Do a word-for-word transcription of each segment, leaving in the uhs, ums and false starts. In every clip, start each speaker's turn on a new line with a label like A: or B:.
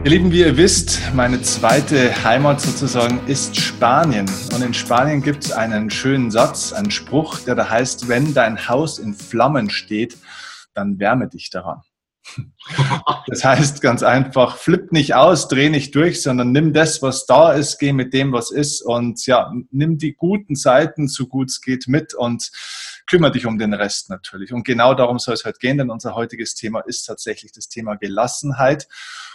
A: Ihr Lieben, wie ihr wisst, meine zweite Heimat sozusagen ist Spanien. Und in Spanien gibt es einen schönen Satz, einen Spruch, der da heißt, wenn dein Haus in Flammen steht, dann wärme dich daran. Das heißt ganz einfach, flipp nicht aus, dreh nicht durch, sondern nimm das, was da ist, geh mit dem, was ist und ja, nimm die guten Seiten, so gut es geht, mit und kümmere dich um den Rest natürlich. Und genau darum soll es heute gehen, denn unser heutiges Thema ist tatsächlich das Thema Gelassenheit.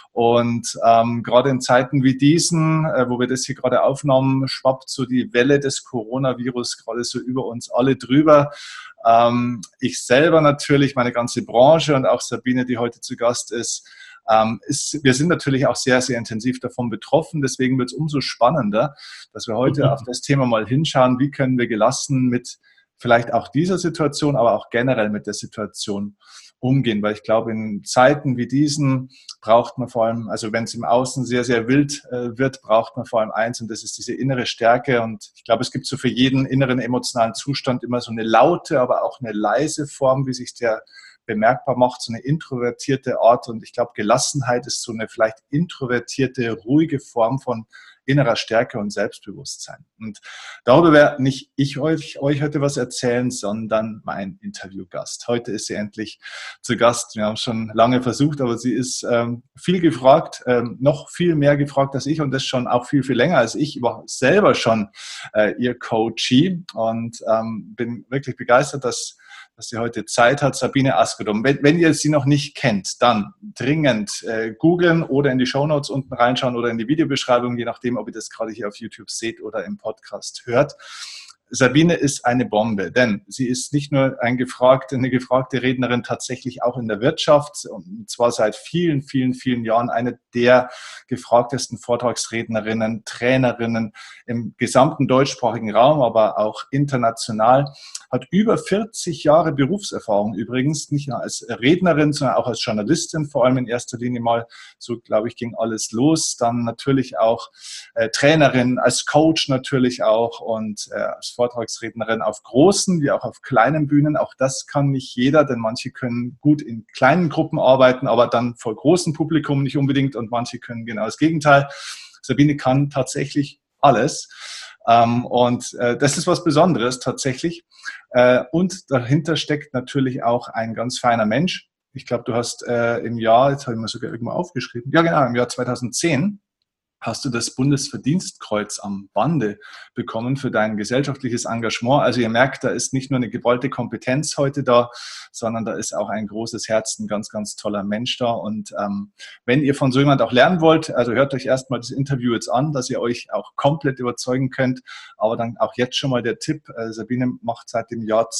A: Und ähm, gerade in Zeiten wie diesen, äh, wo wir das hier gerade aufnahmen, schwappt so die Welle des Coronavirus gerade so über uns alle drüber. Ähm, ich selber natürlich, meine ganze Branche und auch Sabine, die heute zu Gast ist, ähm, ist, wir sind natürlich auch sehr, sehr intensiv davon betroffen. Deswegen wird es umso spannender, dass wir heute mhm. auf das Thema mal hinschauen, wie können wir gelassen mit vielleicht auch dieser Situation, aber auch generell mit der Situation umgehen, weil ich glaube, in Zeiten wie diesen braucht man vor allem, also wenn es im Außen sehr, sehr wild äh, wird, braucht man vor allem eins und das ist diese innere Stärke und ich glaube, es gibt so für jeden inneren emotionalen Zustand immer so eine laute, aber auch eine leise Form, wie sich der bemerkbar macht, so eine introvertierte Art und ich glaube, Gelassenheit ist so eine vielleicht introvertierte, ruhige Form von innerer Stärke und Selbstbewusstsein. Und darüber werde nicht ich euch, euch heute was erzählen, sondern mein Interviewgast. Heute ist sie endlich zu Gast. Wir haben es schon lange versucht, aber sie ist ähm, viel gefragt, ähm, noch viel mehr gefragt als ich und das schon auch viel, viel länger als ich. Ich war selber schon äh, ihr Coachie und ähm, bin wirklich begeistert, dass dass sie heute Zeit hat, Sabine Askedom. Wenn, wenn ihr sie noch nicht kennt, dann dringend äh, googeln oder in die Shownotes unten reinschauen oder in die Videobeschreibung, je nachdem, ob ihr das gerade hier auf YouTube seht oder im Podcast hört. Sabine ist eine Bombe, denn sie ist nicht nur ein gefragte, eine gefragte Rednerin, tatsächlich auch in der Wirtschaft und zwar seit vielen, vielen, vielen Jahren eine der gefragtesten Vortragsrednerinnen, Trainerinnen im gesamten deutschsprachigen Raum, aber auch international, hat über vierzig Jahre Berufserfahrung übrigens, nicht nur als Rednerin, sondern auch als Journalistin, vor allem in erster Linie mal, so glaube ich, ging alles los, dann natürlich auch äh, Trainerin, als Coach natürlich auch und äh, als Vortragsrednerin auf großen wie auch auf kleinen Bühnen. Auch das kann nicht jeder, denn manche können gut in kleinen Gruppen arbeiten, aber dann vor großem Publikum nicht unbedingt und manche können genau das Gegenteil. Sabine kann tatsächlich alles. Ähm, und äh, das ist was Besonderes tatsächlich. Äh, und dahinter steckt natürlich auch ein ganz feiner Mensch. Ich glaube, du hast äh, im Jahr, jetzt habe ich mir sogar irgendwo aufgeschrieben, ja genau, im Jahr zweitausendzehn hast du das Bundesverdienstkreuz am Bande bekommen für dein gesellschaftliches Engagement. Also ihr merkt, da ist nicht nur eine gewollte Kompetenz heute da, sondern da ist auch ein großes Herz, ein ganz, ganz toller Mensch da. Und ähm, wenn ihr von so jemand auch lernen wollt, also hört euch erstmal das Interview jetzt an, dass ihr euch auch komplett überzeugen könnt. Aber dann auch jetzt schon mal der Tipp, äh, Sabine macht seit dem Jahr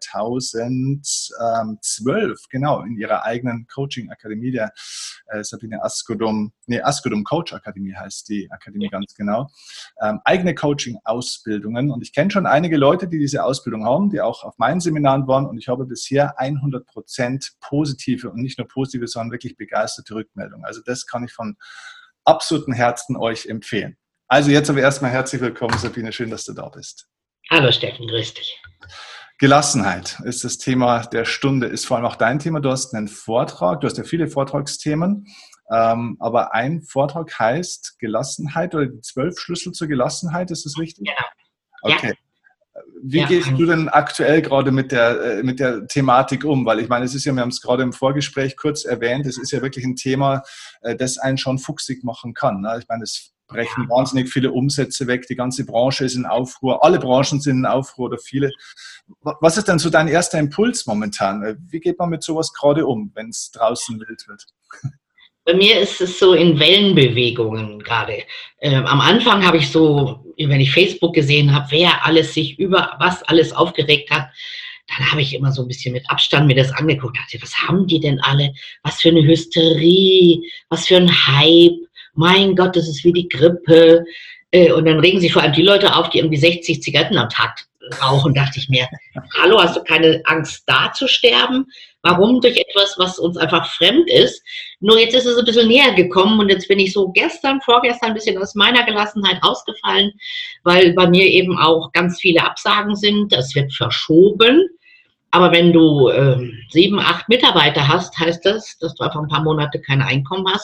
A: zweitausendzwölf, genau, in ihrer eigenen Coaching-Akademie, der äh, Sabine Askedom, nee, Askedom Coach Akademie heißt die Akademie ganz genau, ähm, eigene Coaching-Ausbildungen. Und ich kenne schon einige Leute, die diese Ausbildung haben, die auch auf meinen Seminaren waren. Und ich habe bisher hundert Prozent positive und nicht nur positive, sondern wirklich begeisterte Rückmeldungen. Also das kann ich von absolutem Herzen euch empfehlen. Also jetzt aber erstmal herzlich willkommen, Sabine. Schön, dass du da bist.
B: Hallo Steffen, grüß dich.
A: Gelassenheit ist das Thema der Stunde, ist vor allem auch dein Thema. Du hast einen Vortrag, du hast ja viele Vortragsthemen. Ähm, aber ein Vortrag heißt Gelassenheit oder die zwölf Schlüssel zur Gelassenheit, ist das richtig?
B: Genau.
A: Okay.
B: Ja.
A: Wie
B: ja.
A: gehst du denn aktuell gerade mit der, mit der Thematik um? Weil ich meine, es ist ja, wir haben es gerade im Vorgespräch kurz erwähnt, es ist ja wirklich ein Thema, das einen schon fuchsig machen kann. Ne? Ich meine, es brechen ja. wahnsinnig viele Umsätze weg, die ganze Branche ist in Aufruhr, alle Branchen sind in Aufruhr oder viele. Was ist denn so dein erster Impuls momentan? Wie geht man mit sowas gerade um, wenn es draußen wild wird?
B: Bei mir ist es so in Wellenbewegungen gerade. Ähm, am Anfang habe ich so, wenn ich Facebook gesehen habe, wer alles sich über was alles aufgeregt hat, dann habe ich immer so ein bisschen mit Abstand mir das angeguckt. Dachte, was haben die denn alle? Was für eine Hysterie, was für ein Hype. Mein Gott, das ist wie die Grippe. Äh, und dann regen sich vor allem die Leute auf, die irgendwie sechzig Zigaretten am Tag rauchen. Dachte ich mir, hallo, hast du keine Angst, da zu sterben? Warum? Durch etwas, was uns einfach fremd ist. Nur jetzt ist es ein bisschen näher gekommen und jetzt bin ich so gestern, vorgestern ein bisschen aus meiner Gelassenheit ausgefallen, weil bei mir eben auch ganz viele Absagen sind. Das wird verschoben. Aber wenn du ähm, sieben, acht Mitarbeiter hast, heißt das, dass du einfach ein paar Monate kein Einkommen hast.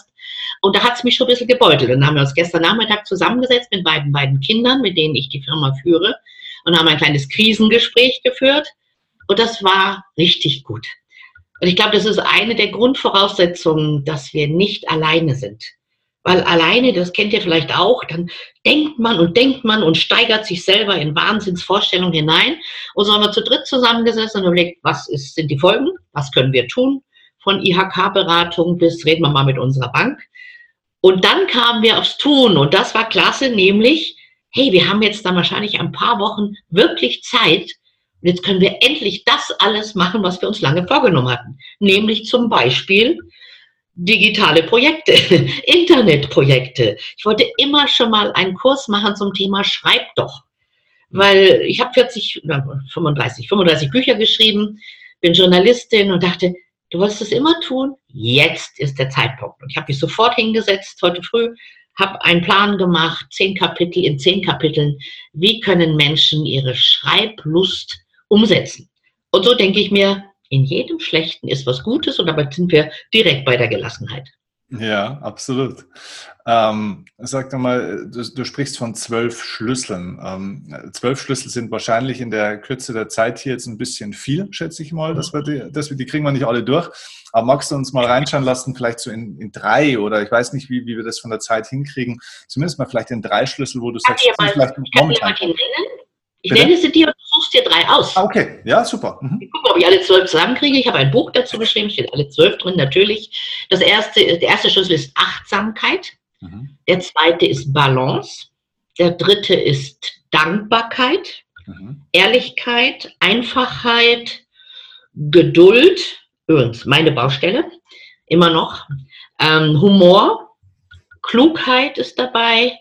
B: Und da hat es mich schon ein bisschen gebeutelt. Dann haben wir uns gestern Nachmittag zusammengesetzt mit beiden, beiden Kindern, mit denen ich die Firma führe, und haben ein kleines Krisengespräch geführt. Und das war richtig gut. Und ich glaube, das ist eine der Grundvoraussetzungen, dass wir nicht alleine sind. Weil alleine, das kennt ihr vielleicht auch, dann denkt man und denkt man und steigert sich selber in Wahnsinnsvorstellungen hinein. Und so haben wir zu dritt zusammengesessen und überlegt, was ist, sind die Folgen, was können wir tun, von I H K-Beratung bis reden wir mal mit unserer Bank. Und dann kamen wir aufs Tun und das war klasse, nämlich, hey, wir haben jetzt dann wahrscheinlich ein paar Wochen wirklich Zeit und jetzt können wir endlich das alles machen, was wir uns lange vorgenommen hatten. Nämlich zum Beispiel digitale Projekte, Internetprojekte. Ich wollte immer schon mal einen Kurs machen zum Thema Schreib doch, weil ich habe vierzig, fünfunddreißig, fünfunddreißig Bücher geschrieben, bin Journalistin und dachte, du wolltest es immer tun, jetzt ist der Zeitpunkt. Und ich habe mich sofort hingesetzt, heute früh, habe einen Plan gemacht, zehn Kapitel in zehn Kapiteln, wie können Menschen ihre Schreiblust umsetzen. Und so denke ich mir, in jedem Schlechten ist was Gutes und dabei sind wir direkt bei der Gelassenheit.
A: Ja, absolut. Ähm, sag doch mal, du, du sprichst von zwölf Schlüsseln. Ähm, zwölf Schlüssel sind wahrscheinlich in der Kürze der Zeit hier jetzt ein bisschen viel, schätze ich mal. Dass wir die, dass wir, die kriegen wir nicht alle durch. Aber magst du uns mal reinschauen lassen, vielleicht so in, in drei oder ich weiß nicht, wie, wie wir das von der Zeit hinkriegen. Zumindest mal vielleicht in drei Schlüssel, wo du sagst,
B: ich kann dir mal, ich kann dir mal die nennen. Ich Bitte? nenne sie dir und du suchst dir drei aus.
A: Ah, okay, ja, super. Mhm.
B: Ich gucke, ob ich alle zwölf zusammenkriege. Ich habe ein Buch dazu geschrieben, steht alle zwölf drin, natürlich. Das erste, der erste Schlüssel ist Achtsamkeit. Mhm. Der zweite ist Balance. Der dritte ist Dankbarkeit, mhm. Ehrlichkeit, Einfachheit, Geduld, übrigens meine Baustelle, immer noch. Ähm, Humor, Klugheit ist dabei.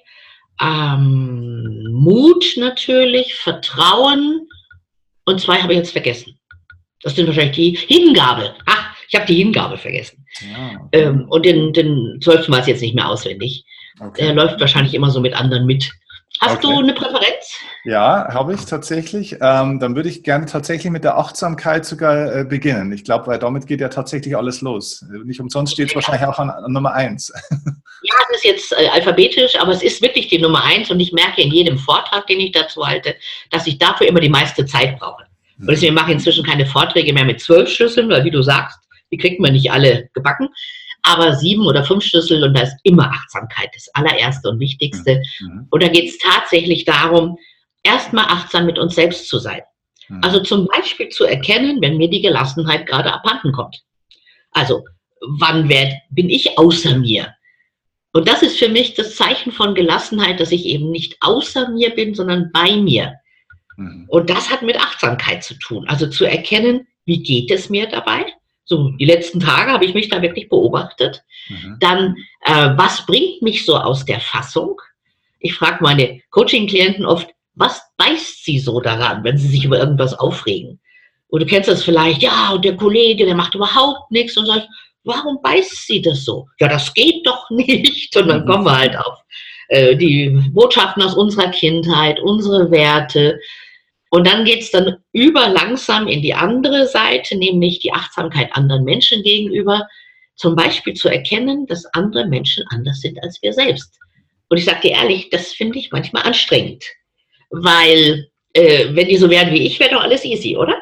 B: Ähm, Mut natürlich, Vertrauen und zwei habe ich jetzt vergessen. Das sind wahrscheinlich die Hingabe. Ach, ich habe die Hingabe vergessen. Ja, okay. ähm, und den, den zwölften weiß ich jetzt nicht mehr auswendig. Okay. Der läuft wahrscheinlich immer so mit anderen mit. Hast okay. du eine Präferenz?
A: Ja, habe ich tatsächlich. Ähm, dann würde ich gerne tatsächlich mit der Achtsamkeit sogar äh, beginnen. Ich glaube, weil damit geht ja tatsächlich alles los. Nicht umsonst steht es wahrscheinlich auch an, an Nummer eins.
B: Ja, es ist jetzt äh, alphabetisch, aber es ist wirklich die Nummer eins und ich merke in jedem Vortrag, den ich dazu halte, dass ich dafür immer die meiste Zeit brauche. Und deswegen mache ich inzwischen keine Vorträge mehr mit zwölf Schlüsseln, weil wie du sagst, die kriegt man nicht alle gebacken. Aber sieben oder fünf Schlüssel und da ist immer Achtsamkeit das allererste und wichtigste. Mhm. Und da geht es tatsächlich darum, erstmal achtsam mit uns selbst zu sein. Mhm. Also zum Beispiel zu erkennen, wenn mir die Gelassenheit gerade abhanden kommt. Also wann werd, bin ich außer mir? Und das ist für mich das Zeichen von Gelassenheit, dass ich eben nicht außer mir bin, sondern bei mir. Mhm. Und das hat mit Achtsamkeit zu tun. Also zu erkennen, wie geht es mir dabei? So, die letzten Tage habe ich mich da wirklich beobachtet. Mhm. Dann, äh, was bringt mich so aus der Fassung? Ich frage meine Coaching-Klienten oft, was beißt sie so daran, wenn sie sich über irgendwas aufregen? Und du kennst das vielleicht, ja, und der Kollege, der macht überhaupt nichts. Und sag, warum beißt sie das so? Ja, das geht doch nicht. Und dann mhm. kommen wir halt auf äh, die Botschaften aus unserer Kindheit, unsere Werte. Und dann geht es dann über langsam in die andere Seite, nämlich die Achtsamkeit anderen Menschen gegenüber. Zum Beispiel zu erkennen, dass andere Menschen anders sind als wir selbst. Und ich sage dir ehrlich, das finde ich manchmal anstrengend. Weil, äh, wenn die so wären wie ich, wäre doch alles easy, oder?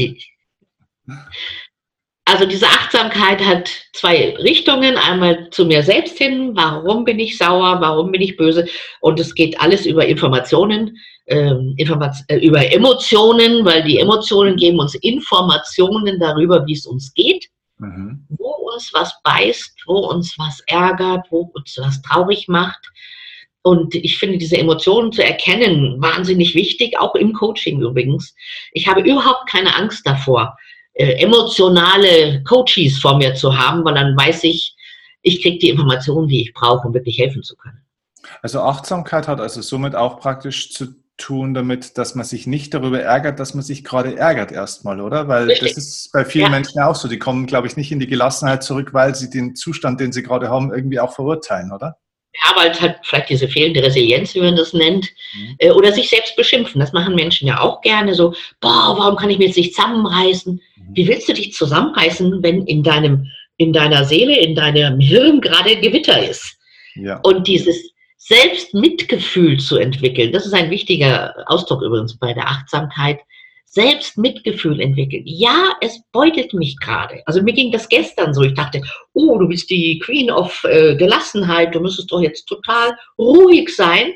B: Also diese Achtsamkeit hat zwei Richtungen. Einmal zu mir selbst hin, warum bin ich sauer, warum bin ich böse? Und es geht alles über Informationen, ähm, Informat- äh, über Emotionen, weil die Emotionen geben uns Informationen darüber, wie es uns geht, mhm. wo uns was beißt, wo uns was ärgert, wo uns was traurig macht. Und ich finde diese Emotionen zu erkennen wahnsinnig wichtig, auch im Coaching übrigens. Ich habe überhaupt keine Angst davor, äh, emotionale Coaches vor mir zu haben, weil dann weiß ich, ich kriege die Informationen, die ich brauche, um wirklich helfen zu können.
A: Also Achtsamkeit hat also somit auch praktisch zu tun damit, dass man sich nicht darüber ärgert, dass man sich gerade ärgert erstmal, oder? Weil Richtig. Das ist bei vielen ja. Menschen auch so. Die kommen, glaube ich, nicht in die Gelassenheit zurück, weil sie den Zustand, den sie gerade haben, irgendwie auch verurteilen, oder?
B: Ja, weil es halt vielleicht diese fehlende Resilienz, wie man das nennt, mhm. äh, oder sich selbst beschimpfen. Das machen Menschen ja auch gerne so, boah, warum kann ich mich jetzt nicht zusammenreißen? Mhm. Wie willst du dich zusammenreißen, wenn in deinem in deiner Seele, in deinem Hirn gerade Gewitter ist.
A: Ja.
B: Und dieses Selbstmitgefühl zu entwickeln, das ist ein wichtiger Ausdruck übrigens bei der Achtsamkeit, Selbstmitgefühl entwickeln. Ja, es beutelt mich gerade. Also mir ging das gestern so. Ich dachte, oh, du bist die Queen of äh, Gelassenheit, du müsstest doch jetzt total ruhig sein.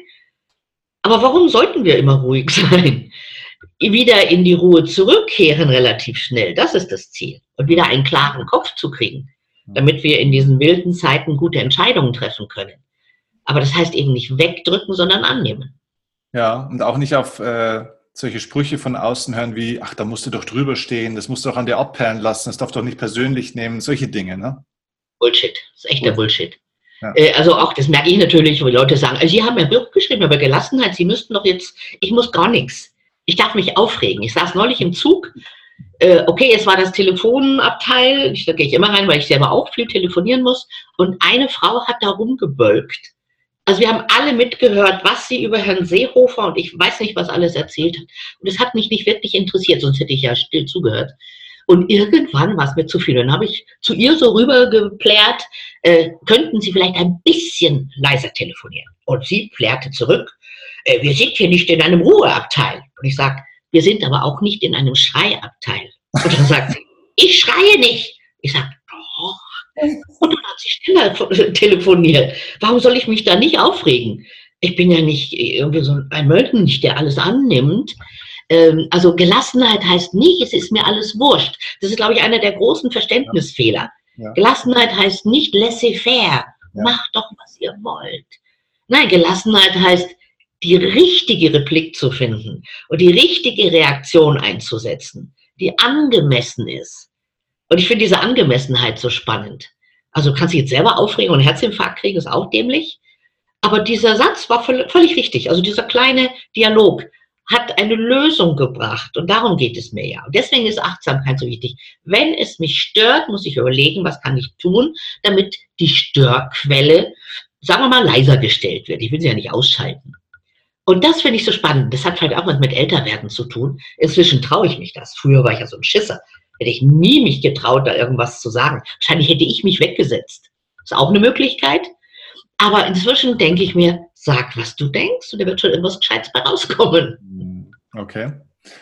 B: Aber warum sollten wir immer ruhig sein? Wieder in die Ruhe zurückkehren relativ schnell, das ist das Ziel. Und wieder einen klaren Kopf zu kriegen, damit wir in diesen wilden Zeiten gute Entscheidungen treffen können. Aber das heißt eben nicht wegdrücken, sondern annehmen.
A: Ja, und auch nicht auf äh, solche Sprüche von außen hören wie, ach, da musst du doch drüber stehen, das musst du doch an dir abperlen lassen, das darf doch nicht persönlich nehmen, solche Dinge, ne?
B: Bullshit, das ist echter Bullshit.
A: Ja.
B: Äh, also auch, das merke ich natürlich, wo die Leute sagen, also Sie haben ja Buch geschrieben über Gelassenheit, Sie müssten doch jetzt, ich muss gar nichts. Ich darf mich aufregen. Ich saß neulich im Zug, äh, okay, es war das Telefonabteil, ich, da gehe ich immer rein, weil ich selber auch viel telefonieren muss, und eine Frau hat da rumgebölkt. Also wir haben alle mitgehört, was sie über Herrn Seehofer und ich weiß nicht, was alles erzählt hat. Und es hat mich nicht wirklich interessiert, sonst hätte ich ja still zugehört. Und irgendwann war es mir zu viel. Dann habe ich zu ihr so rübergeplärt, äh, könnten Sie vielleicht ein bisschen leiser telefonieren? Und sie plärrte zurück, äh, wir sind hier nicht in einem Ruheabteil. Und ich sage, wir sind aber auch nicht in einem Schreiabteil. Und dann sagt sie, ich schreie nicht. Ich sage, doch. Und dann hat sie schneller telefoniert. Warum soll ich mich da nicht aufregen? Ich bin ja nicht irgendwie so ein Mönch, der alles annimmt. Ähm, also Gelassenheit heißt nicht, es ist mir alles wurscht. Das ist, glaube ich, einer der großen Verständnisfehler. Ja. Ja. Gelassenheit heißt nicht laissez-faire. Ja. Macht doch, was ihr wollt. Nein, Gelassenheit heißt, die richtige Replik zu finden und die richtige Reaktion einzusetzen, die angemessen ist. Und ich finde diese Angemessenheit so spannend. Also du kannst dich jetzt selber aufregen und einen Herzinfarkt kriegen, ist auch dämlich. Aber dieser Satz war völlig richtig. Also dieser kleine Dialog hat eine Lösung gebracht. Und darum geht es mir ja. Und deswegen ist Achtsamkeit so wichtig. Wenn es mich stört, muss ich überlegen, was kann ich tun, damit die Störquelle, sagen wir mal, leiser gestellt wird. Ich will sie ja nicht ausschalten. Und das finde ich so spannend. Das hat vielleicht auch was mit Älterwerden zu tun. Inzwischen traue ich mich das. Früher war ich ja so ein Schisser. Hätte ich nie mich getraut, da irgendwas zu sagen. Wahrscheinlich hätte ich mich weggesetzt. Ist auch eine Möglichkeit. Aber inzwischen denke ich mir, sag, was du denkst, und da wird schon irgendwas Gescheites bei rauskommen.
A: Okay.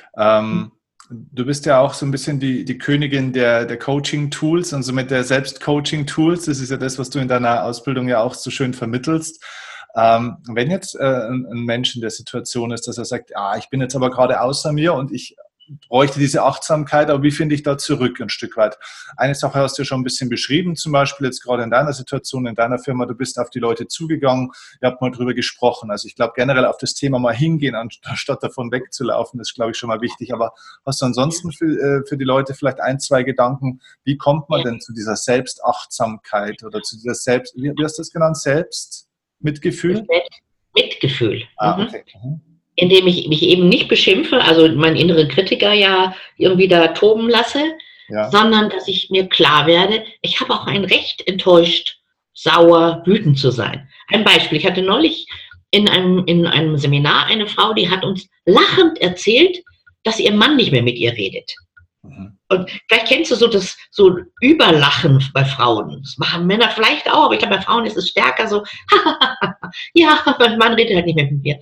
A: Ähm, du bist ja auch so ein bisschen die, die Königin der, der Coaching-Tools und somit der Selbst-Coaching-Tools. Das ist ja das, was du in deiner Ausbildung ja auch so schön vermittelst. Ähm, wenn jetzt äh, ein, ein Mensch in der Situation ist, dass er sagt, ah, ich bin jetzt aber gerade außer mir und ich bräuchte diese Achtsamkeit, aber wie finde ich da zurück ein Stück weit? Eine Sache hast du ja schon ein bisschen beschrieben, zum Beispiel jetzt gerade in deiner Situation, in deiner Firma, du bist auf die Leute zugegangen, ihr habt mal drüber gesprochen. Also ich glaube generell auf das Thema mal hingehen, anstatt davon wegzulaufen, ist, glaube ich, schon mal wichtig. Aber hast du ansonsten für, äh, für die Leute vielleicht ein, zwei Gedanken, wie kommt man denn zu dieser Selbstachtsamkeit oder zu dieser Selbst, wie, wie hast du das genannt, Selbstmitgefühl?
B: Mitgefühl.
A: Ah, okay. Mhm.
B: Indem ich mich eben nicht beschimpfe, also meinen inneren Kritiker ja irgendwie da toben lasse, ja. Sondern dass ich mir klar werde, ich habe auch ein Recht, enttäuscht, sauer, wütend zu sein. Ein Beispiel, ich hatte neulich in einem, in einem Seminar eine Frau, die hat uns lachend erzählt, dass ihr Mann nicht mehr mit ihr redet. Mhm. Und vielleicht kennst du so das so Überlachen bei Frauen. Das machen Männer vielleicht auch, aber ich glaube, bei Frauen ist es stärker so, ja, mein Mann redet halt nicht mehr mit mir.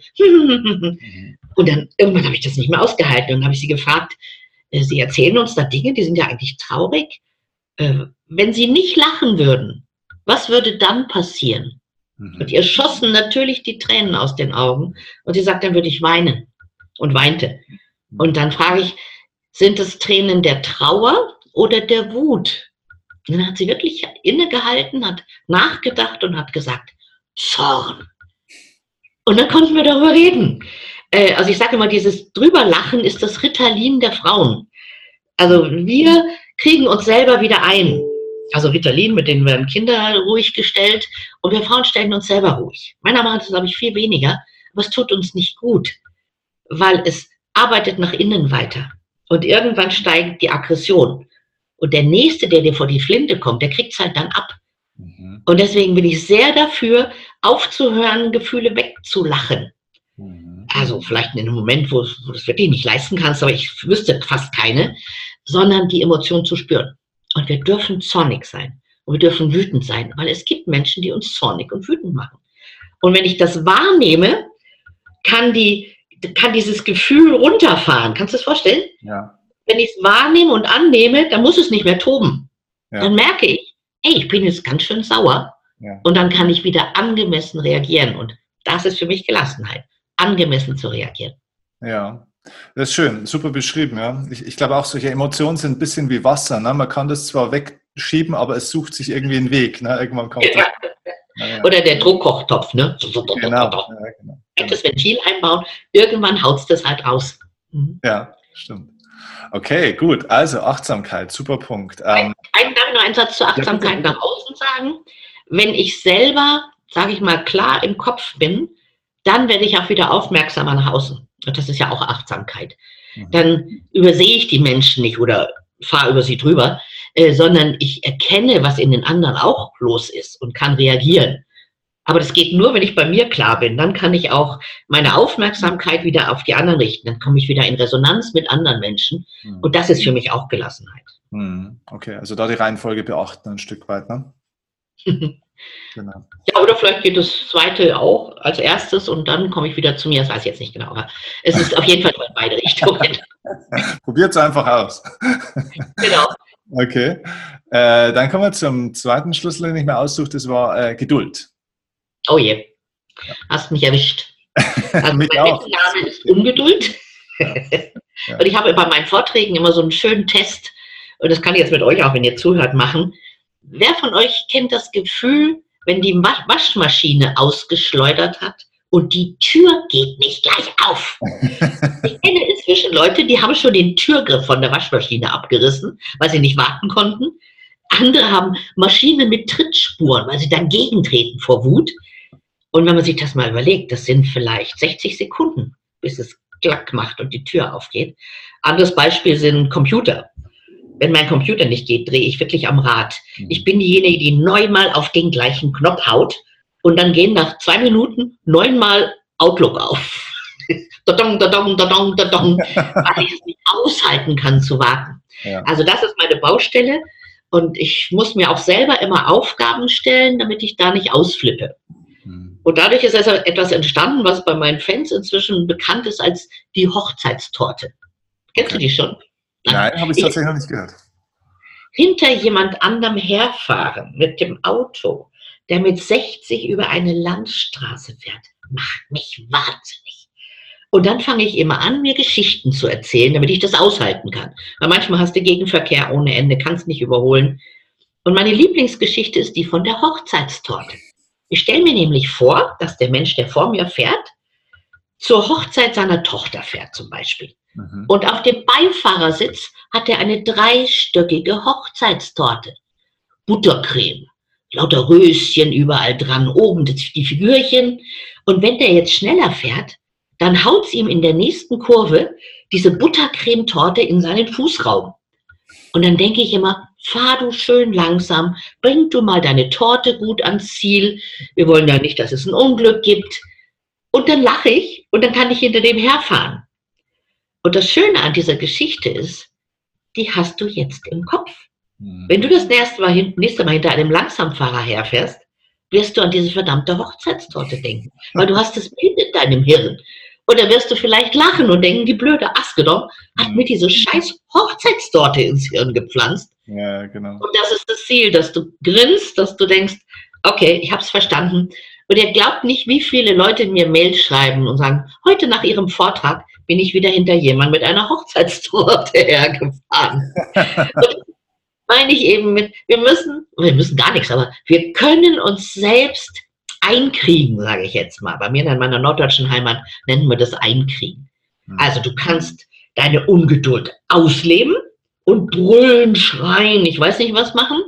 B: Und dann irgendwann habe ich das nicht mehr ausgehalten. Und dann habe ich sie gefragt, äh, sie erzählen uns da Dinge, die sind ja eigentlich traurig. Äh, wenn sie nicht lachen würden, was würde dann passieren? Mhm. Und ihr schossen natürlich die Tränen aus den Augen. Und sie sagt, dann würde ich weinen. Und weinte. Und dann frage ich, sind es Tränen der Trauer oder der Wut? Und dann hat sie wirklich innegehalten, hat nachgedacht und hat gesagt, Zorn. Und dann konnten wir darüber reden. Äh, also ich sage immer, dieses Drüberlachen ist das Ritalin der Frauen. Also wir kriegen uns selber wieder ein. Also Ritalin, mit denen werden Kinder ruhig gestellt und wir Frauen stellen uns selber ruhig. Meiner Meinung nach ist es, glaube ich, viel weniger, aber es tut uns nicht gut, weil es arbeitet nach innen weiter. Und irgendwann steigt die Aggression. Und der Nächste, der dir vor die Flinte kommt, der kriegt es halt dann ab. Mhm. Und deswegen bin ich sehr dafür, aufzuhören, Gefühle wegzulachen. Mhm. Also vielleicht in einem Moment, wo, wo du es wirklich nicht leisten kannst, aber ich wüsste fast keine, sondern die Emotion zu spüren. Und wir dürfen zornig sein. Und wir dürfen wütend sein, weil es gibt Menschen, die uns zornig und wütend machen. Und wenn ich das wahrnehme, kann, die, kann dieses Gefühl runterfahren. Kannst du das vorstellen?
A: Ja.
B: Wenn ich es wahrnehme und annehme, dann muss es nicht mehr toben.
A: Ja.
B: Dann merke ich, hey, ich bin jetzt ganz schön sauer.
A: Ja.
B: Und dann kann ich wieder angemessen reagieren. Und das ist für mich Gelassenheit, angemessen zu reagieren.
A: Ja, das ist schön, super beschrieben. Ja. Ich, ich glaube auch, solche Emotionen sind ein bisschen wie Wasser. Ne? Man kann das zwar wegschieben, aber es sucht sich irgendwie einen Weg. Ne? Irgendwann kommt
B: Ja.
A: das. Ja, ja.
B: Oder der Druckkochtopf, ne?
A: Genau. Ja, genau.
B: Das Ventil einbauen, irgendwann haut es das halt raus. Mhm.
A: Ja, stimmt. Okay, gut. Also Achtsamkeit, super Punkt. Ähm,
B: ein, darf ich noch einen Satz zur Achtsamkeit ja, nach außen sagen? Wenn ich selber, sage ich mal, klar im Kopf bin, dann werde ich auch wieder aufmerksamer nach außen. Und das ist ja auch Achtsamkeit. Mhm. Dann übersehe ich die Menschen nicht oder fahre über sie drüber, äh, sondern ich erkenne, was in den anderen auch los ist und kann reagieren. Aber das geht nur, wenn ich bei mir klar bin. Dann kann ich auch meine Aufmerksamkeit wieder auf die anderen richten. Dann komme ich wieder in Resonanz mit anderen Menschen. Mhm. Und das ist für mich auch Gelassenheit.
A: Mhm. Okay, also da die Reihenfolge beachten ein Stück weit, ne? Genau.
B: Ja, oder vielleicht geht das zweite auch als erstes und dann komme ich wieder zu mir. Das weiß ich jetzt nicht genau. Aber es ist auf jeden Fall in beide Richtungen.
A: Probiert es einfach aus.
B: Genau.
A: Okay. Äh, dann kommen wir zum zweiten Schlüssel, den ich mir aussuche. Das war äh, Geduld.
B: Oh je. Hast mich erwischt. Also
A: mich
B: mein
A: auch.
B: Name ist Ungeduld. Ja. Ja. Und ich habe bei meinen Vorträgen immer so einen schönen Test. Und das kann ich jetzt mit euch auch, wenn ihr zuhört, machen. Wer von euch kennt das Gefühl, wenn die Waschmaschine ausgeschleudert hat und die Tür geht nicht gleich auf? Ich kenne inzwischen Leute, die haben schon den Türgriff von der Waschmaschine abgerissen, weil sie nicht warten konnten. Andere haben Maschinen mit Trittspuren, weil sie dann gegentreten vor Wut. Und wenn man sich das mal überlegt, das sind vielleicht sechzig Sekunden, bis es klack macht und die Tür aufgeht. Anderes Beispiel sind Computer. Wenn mein Computer nicht geht, drehe ich wirklich am Rad. Ich bin diejenige, die neunmal auf den gleichen Knopf haut und dann gehen nach zwei Minuten neunmal Outlook auf. Dadong, dadong, dadong, dadong, weil ich es nicht aushalten kann zu warten. Ja. Also das ist meine Baustelle und ich muss mir auch selber immer Aufgaben stellen, damit ich da nicht ausflippe. Mhm. Und dadurch ist also etwas entstanden, was bei meinen Fans inzwischen bekannt ist als die Hochzeitstorte. Kennst okay. du die schon?
A: Nein, habe ich tatsächlich noch nicht gehört.
B: Hinter jemand anderem herfahren mit dem Auto, der mit sechzig über eine Landstraße fährt, macht mich wahnsinnig. Und dann fange ich immer an, mir Geschichten zu erzählen, damit ich das aushalten kann. Weil manchmal hast du Gegenverkehr ohne Ende, kannst nicht überholen. Und meine Lieblingsgeschichte ist die von der Hochzeitstorte. Ich stelle mir nämlich vor, dass der Mensch, der vor mir fährt, zur Hochzeit seiner Tochter fährt zum Beispiel. Mhm. Und auf dem Beifahrersitz hat er eine dreistöckige Hochzeitstorte. Buttercreme, lauter Röschen überall dran, oben die Figürchen. Und wenn der jetzt schneller fährt, dann haut es ihm in der nächsten Kurve diese Buttercremetorte in seinen Fußraum. Und dann denke ich immer, fahr du schön langsam, bring du mal deine Torte gut ans Ziel. Wir wollen ja nicht, dass es ein Unglück gibt. Und dann lache ich und dann kann ich hinter dem herfahren. Und das Schöne an dieser Geschichte ist, die hast du jetzt im Kopf. Mhm. Wenn du das nächste Mal, nächste Mal hinter einem Langsamfahrer herfährst, wirst du an diese verdammte Hochzeitstorte denken. Weil du hast das Bild in deinem Hirn. Oder wirst du vielleicht lachen und denken, die blöde Askedom hat mir diese scheiß Hochzeitstorte ins Hirn gepflanzt.
A: Ja, genau.
B: Und das ist das Ziel, dass du grinst, dass du denkst, okay, ich habe es verstanden. Und ihr glaubt nicht, wie viele Leute mir Mails schreiben und sagen, heute nach ihrem Vortrag bin ich wieder hinter jemand mit einer Hochzeitstorte hergefahren. Und meine ich eben mit, wir müssen, wir müssen gar nichts, aber wir können uns selbst einkriegen, sage ich jetzt mal. Bei mir in meiner norddeutschen Heimat nennen wir das Einkriegen. Also du kannst deine Ungeduld ausleben und brüllen, schreien, ich weiß nicht was machen.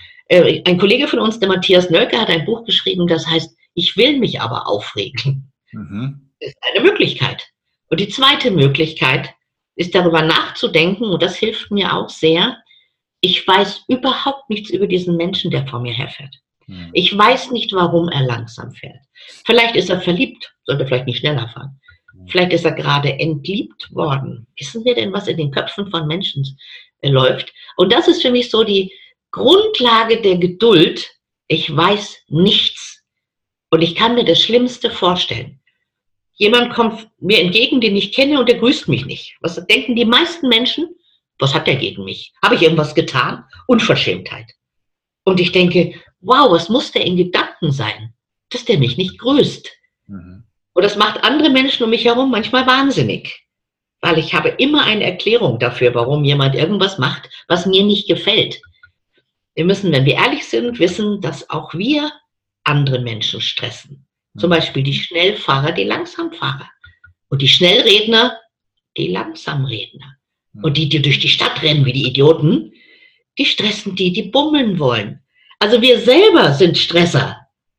B: Ein Kollege von uns, der Matthias Nölke, hat ein Buch geschrieben, das heißt, ich will mich aber aufregen. Mhm. Das ist eine Möglichkeit. Und die zweite Möglichkeit ist darüber nachzudenken, und das hilft mir auch sehr, ich weiß überhaupt nichts über diesen Menschen, der vor mir herfährt. Mhm. Ich weiß nicht, warum er langsam fährt. Vielleicht ist er verliebt, sollte vielleicht nicht schneller fahren. Mhm. Vielleicht ist er gerade entliebt worden. Wissen wir denn, was in den Köpfen von Menschen äh, läuft? Und das ist für mich so die Grundlage der Geduld, ich weiß nichts. Und ich kann mir das Schlimmste vorstellen. Jemand kommt mir entgegen, den ich kenne, und der grüßt mich nicht. Was denken die meisten Menschen? Was hat der gegen mich? Habe ich irgendwas getan? Unverschämtheit. Und ich denke, wow, was muss der in Gedanken sein, dass der mich nicht grüßt? Mhm. Und das macht andere Menschen um mich herum manchmal wahnsinnig. Weil ich habe immer eine Erklärung dafür, warum jemand irgendwas macht, was mir nicht gefällt. Wir müssen, wenn wir ehrlich sind, wissen, dass auch wir andere Menschen stressen. Zum Beispiel die Schnellfahrer, die Langsamfahrer. Und die Schnellredner, die Langsamredner. Und die, die durch die Stadt rennen wie die Idioten, die stressen die, die bummeln wollen. Also wir selber sind Stresser,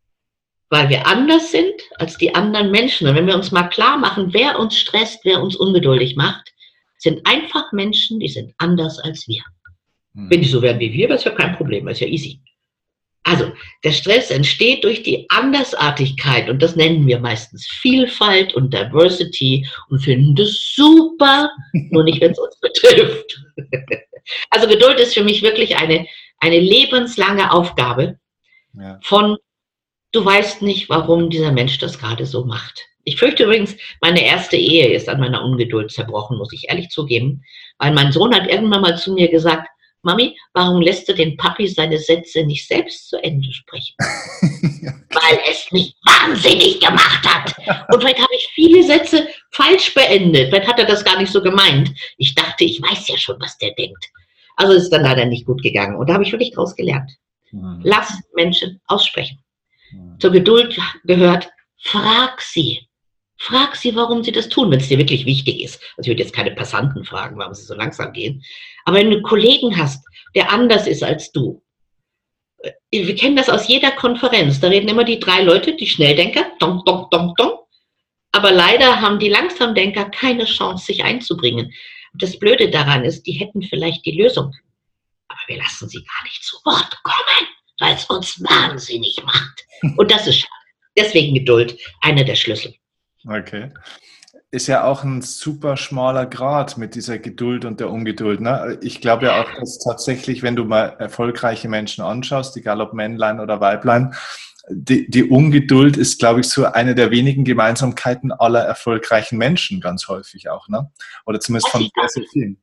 B: weil wir anders sind als die anderen Menschen. Und wenn wir uns mal klar machen, wer uns stresst, wer uns ungeduldig macht, sind einfach Menschen, die sind anders als wir. Hm. Wenn die so werden wie wir, wäre es ja kein Problem, das ist ja easy. Also, der Stress entsteht durch die Andersartigkeit und das nennen wir meistens Vielfalt und Diversity und finden das super, nur nicht, wenn es uns betrifft. Also Geduld ist für mich wirklich eine, eine lebenslange Aufgabe ja. von, du weißt nicht, warum dieser Mensch das gerade so macht. Ich fürchte übrigens, meine erste Ehe ist an meiner Ungeduld zerbrochen, muss ich ehrlich zugeben, weil mein Sohn hat irgendwann mal zu mir gesagt, Mami, warum lässt du den Papi seine Sätze nicht selbst zu Ende sprechen? Ja. Weil es mich wahnsinnig gemacht hat. Und vielleicht habe ich viele Sätze falsch beendet. Vielleicht hat er das gar nicht so gemeint. Ich dachte, ich weiß ja schon, was der denkt. Also ist dann leider nicht gut gegangen. Und da habe ich wirklich draus gelernt. Mhm. Lass Menschen aussprechen. Mhm. Zur Geduld gehört, frag sie. Frag sie, warum sie das tun, wenn es dir wirklich wichtig ist. Also ich würde jetzt keine Passanten fragen, warum sie so langsam gehen. Aber wenn du einen Kollegen hast, der anders ist als du. Wir kennen das aus jeder Konferenz. Da reden immer die drei Leute, die Schnelldenker, dong, dong, dong, dong. Aber leider haben die Langsamdenker keine Chance, sich einzubringen. Und das Blöde daran ist, die hätten vielleicht die Lösung. Aber wir lassen sie gar nicht zu Wort kommen, weil es uns wahnsinnig macht. Und das ist schade. Deswegen Geduld, einer der Schlüssel.
A: Okay. Ist ja auch ein super schmaler Grat mit dieser Geduld und der Ungeduld. Ne? Ich glaube ja auch, dass tatsächlich, wenn du mal erfolgreiche Menschen anschaust, egal ob Männlein oder Weiblein, die, die Ungeduld ist, glaube ich, so eine der wenigen Gemeinsamkeiten aller erfolgreichen Menschen, ganz häufig auch. Ne? Oder zumindest von sehr, sehr vielen.